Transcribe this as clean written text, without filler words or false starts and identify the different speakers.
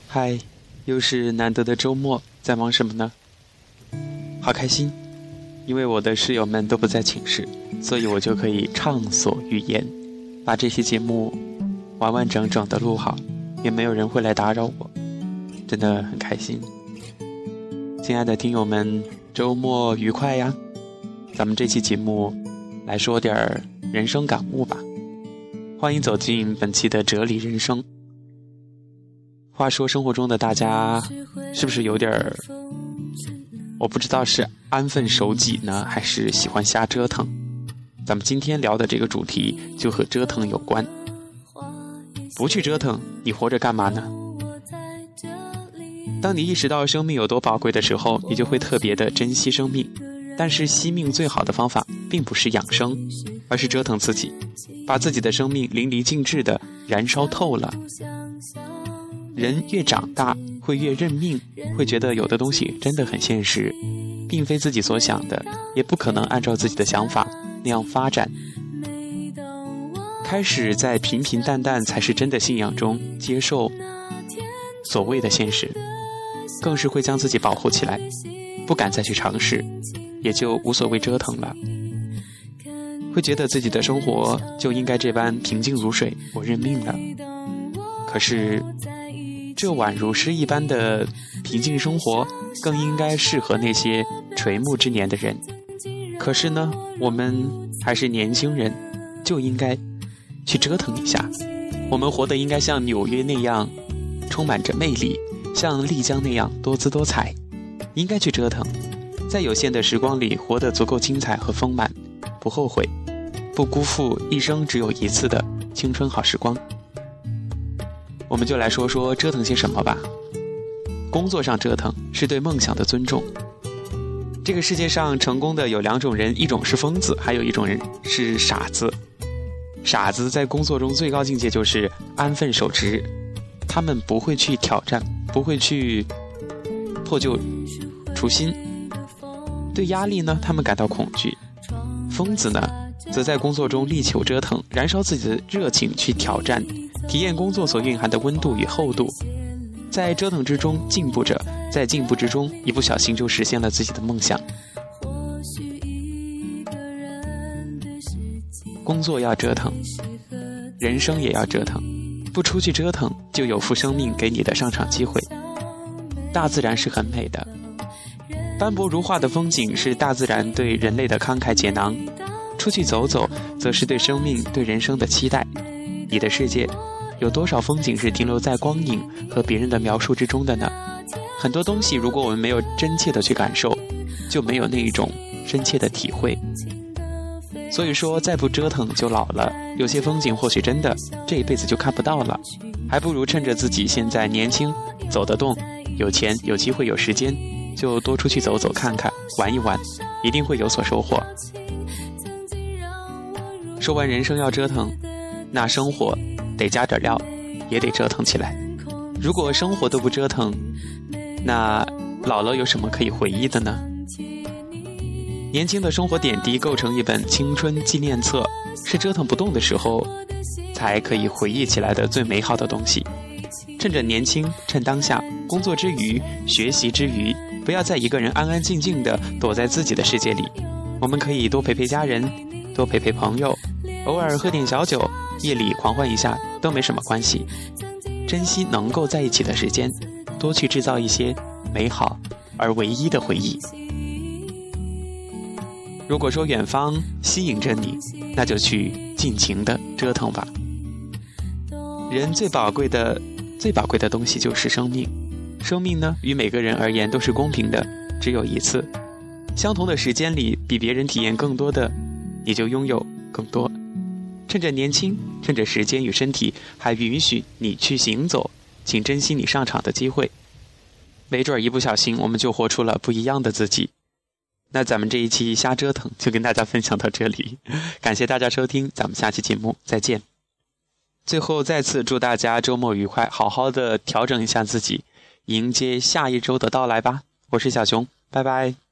Speaker 1: 嗨，又是难得的周末，在忙什么呢？好开心，因为我的室友们都不在寝室，所以我就可以畅所欲言，把这期节目完完整整的录好，也没有人会来打扰我，真的很开心。亲爱的听友们，周末愉快呀！咱们这期节目来说点人生感悟吧，欢迎走进本期的哲理人生。话说生活中的大家是不是有点我不知道是安分守己呢，还是喜欢瞎折腾？咱们今天聊的这个主题就和折腾有关。不去折腾，你活着干嘛呢？当你意识到生命有多宝贵的时候，你就会特别的珍惜生命。但是惜命最好的方法并不是养生，而是折腾自己，把自己的生命淋漓尽致的燃烧透了。人越长大会越认命，会觉得有的东西真的很现实，并非自己所想的，也不可能按照自己的想法那样发展。开始在平平淡淡才是真的信仰中接受所谓的现实，更是会将自己保护起来，不敢再去尝试，也就无所谓折腾了。会觉得自己的生活就应该这般平静如水，我认命了。可是这宛如诗一般的平静生活更应该适合那些垂暮之年的人。可是呢，我们还是年轻人，就应该去折腾一下。我们活得应该像纽约那样充满着魅力，像丽江那样多姿多彩，应该去折腾，在有限的时光里活得足够精彩和丰满，不后悔，不辜负一生只有一次的青春好时光。我们就来说说折腾些什么吧。工作上折腾是对梦想的尊重。这个世界上成功的有两种人，一种是疯子，还有一种人是傻子。傻子在工作中最高境界就是安分守职，他们不会去挑战，不会去破旧除新，对压力呢，他们感到恐惧。疯子呢，则在工作中力求折腾，燃烧自己的热情去挑战，体验工作所蕴含的温度与厚度，在折腾之中进步着，在进步之中一不小心就实现了自己的梦想。工作要折腾，人生也要折腾，不出去折腾，就有负生命给你的上场机会。大自然是很美的，斑驳如画的风景是大自然对人类的慷慨解囊，出去走走则是对生命对人生的期待。你的世界有多少风景是停留在光影和别人的描述之中的呢？很多东西如果我们没有真切的去感受，就没有那一种深切的体会。所以说再不折腾就老了，有些风景或许真的这一辈子就看不到了，还不如趁着自己现在年轻，走得动，有钱有机会有时间，就多出去走走看看，玩一玩，一定会有所收获。说完人生要折腾，那生活得加点料，也得折腾起来。如果生活都不折腾，那老了有什么可以回忆的呢？年轻的生活点滴构成一本青春纪念册，是折腾不动的时候才可以回忆起来的最美好的东西。趁着年轻，趁当下，工作之余，学习之余，不要再一个人安安静静地躲在自己的世界里。我们可以多陪陪家人，多陪陪朋友，偶尔喝点小酒，夜里狂欢一下都没什么关系。珍惜能够在一起的时间，多去制造一些美好而唯一的回忆。如果说远方吸引着你，那就去尽情的折腾吧。人最宝贵的东西就是生命，生命呢，与每个人而言都是公平的，只有一次。相同的时间里，比别人体验更多的，你就拥有更多。趁着年轻，趁着时间与身体还允许你去行走，请珍惜你上场的机会。没准一不小心，我们就活出了不一样的自己。那咱们这一期瞎折腾就跟大家分享到这里，感谢大家收听，咱们下期节目再见。最后再次祝大家周末愉快，好好的调整一下自己，迎接下一周的到来吧。我是小熊，拜拜。